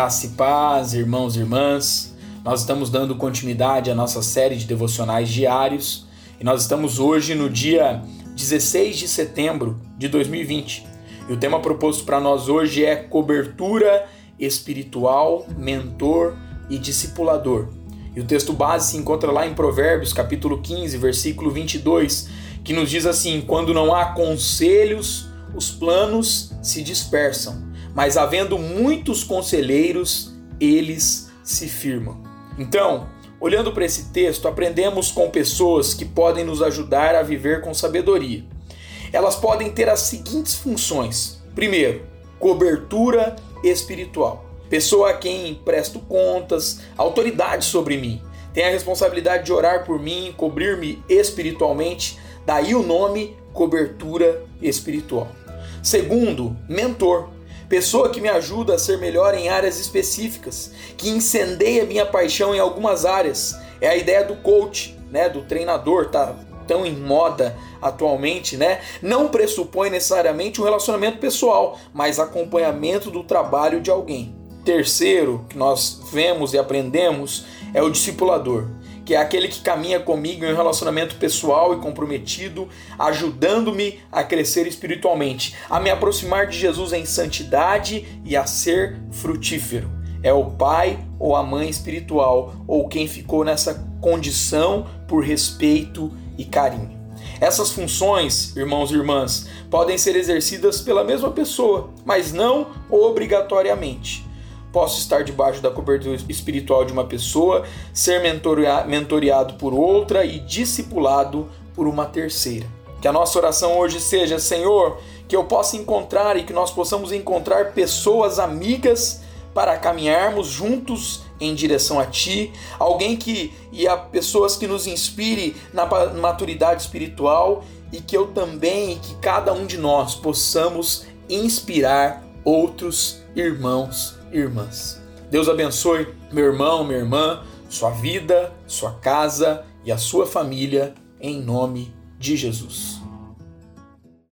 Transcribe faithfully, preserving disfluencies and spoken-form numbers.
Graça e paz, irmãos e irmãs. Nós estamos dando continuidade à nossa série de devocionais diários e nós estamos hoje no dia dezesseis de setembro de dois mil e vinte. E o tema proposto para nós hoje é cobertura espiritual, mentor e discipulador. E o texto base se encontra lá em Provérbios, capítulo quinze, versículo vinte e dois, que nos diz assim: quando não há conselhos, os planos se dispersam, mas havendo muitos conselheiros, eles se firmam. Então, olhando para esse texto, aprendemos com pessoas que podem nos ajudar a viver com sabedoria. Elas podem ter as seguintes funções. Primeiro, cobertura espiritual. Pessoa a quem presto contas, autoridade sobre mim. Tem a responsabilidade de orar por mim, cobrir-me espiritualmente. Daí o nome cobertura espiritual. Segundo, mentor. Pessoa que me ajuda a ser melhor em áreas específicas, que incendeia minha paixão em algumas áreas. É a ideia do coach, né, do treinador, tá tão em moda atualmente, né? Não pressupõe necessariamente um relacionamento pessoal, mas acompanhamento do trabalho de alguém. Terceiro, que nós vemos e aprendemos, é o discipulador, que é aquele que caminha comigo em um relacionamento pessoal e comprometido, ajudando-me a crescer espiritualmente, a me aproximar de Jesus em santidade e a ser frutífero. É o pai ou a mãe espiritual, ou quem ficou nessa condição por respeito e carinho. Essas funções, irmãos e irmãs, podem ser exercidas pela mesma pessoa, mas não obrigatoriamente. Posso estar debaixo da cobertura espiritual de uma pessoa, ser mentoreado por outra e discipulado por uma terceira. Que a nossa oração hoje seja: Senhor, que eu possa encontrar e que nós possamos encontrar pessoas amigas para caminharmos juntos em direção a Ti, alguém que e a pessoas que nos inspire na maturidade espiritual, e que eu também e que cada um de nós possamos inspirar outros irmãos e irmãs. Deus abençoe meu irmão, minha irmã, sua vida, sua casa e a sua família, em nome de Jesus.